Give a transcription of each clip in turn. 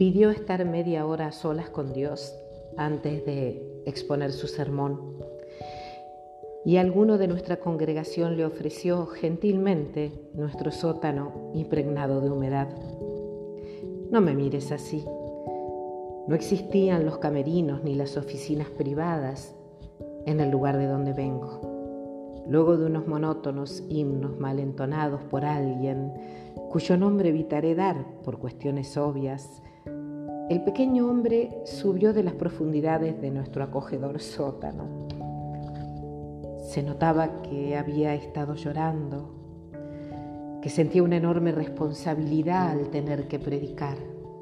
pidió estar media hora a solas con Dios antes de exponer su sermón. Y alguno de nuestra congregación le ofreció gentilmente nuestro sótano impregnado de humedad. No me mires así. No existían los camerinos ni las oficinas privadas en el lugar de donde vengo. Luego de unos monótonos himnos mal entonados por alguien cuyo nombre evitaré dar por cuestiones obvias, el pequeño hombre subió de las profundidades de nuestro acogedor sótano. Se notaba que había estado llorando, que sentía una enorme responsabilidad al tener que predicar.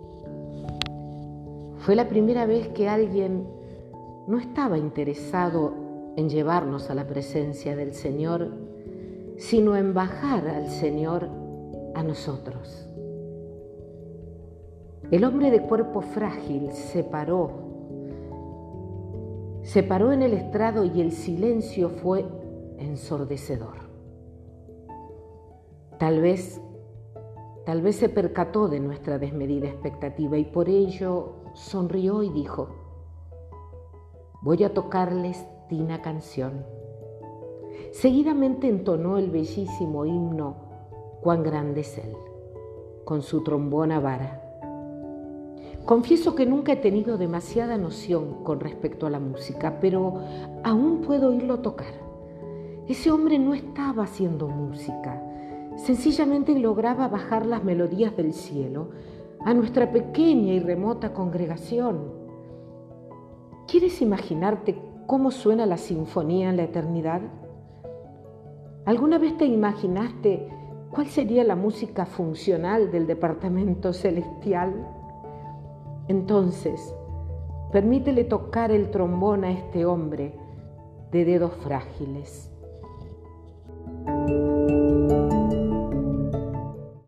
Fue la primera vez que alguien no estaba interesado en llevarnos a la presencia del Señor, sino en bajar al Señor a nosotros. El hombre de cuerpo frágil se paró en el estrado y el silencio fue ensordecedor. Tal vez se percató de nuestra desmedida expectativa y por ello sonrió y dijo: voy a tocarles una canción. Seguidamente entonó el bellísimo himno Cuán grande es Él, con su trombona vara. Confieso que nunca he tenido demasiada noción con respecto a la música, pero aún puedo oírlo tocar. Ese hombre no estaba haciendo música, sencillamente lograba bajar las melodías del cielo a nuestra pequeña y remota congregación. ¿Quieres imaginarte cómo suena la sinfonía en la eternidad? ¿Alguna vez te imaginaste cuál sería la música funcional del departamento celestial? Entonces, permítele tocar el trombón a este hombre de dedos frágiles.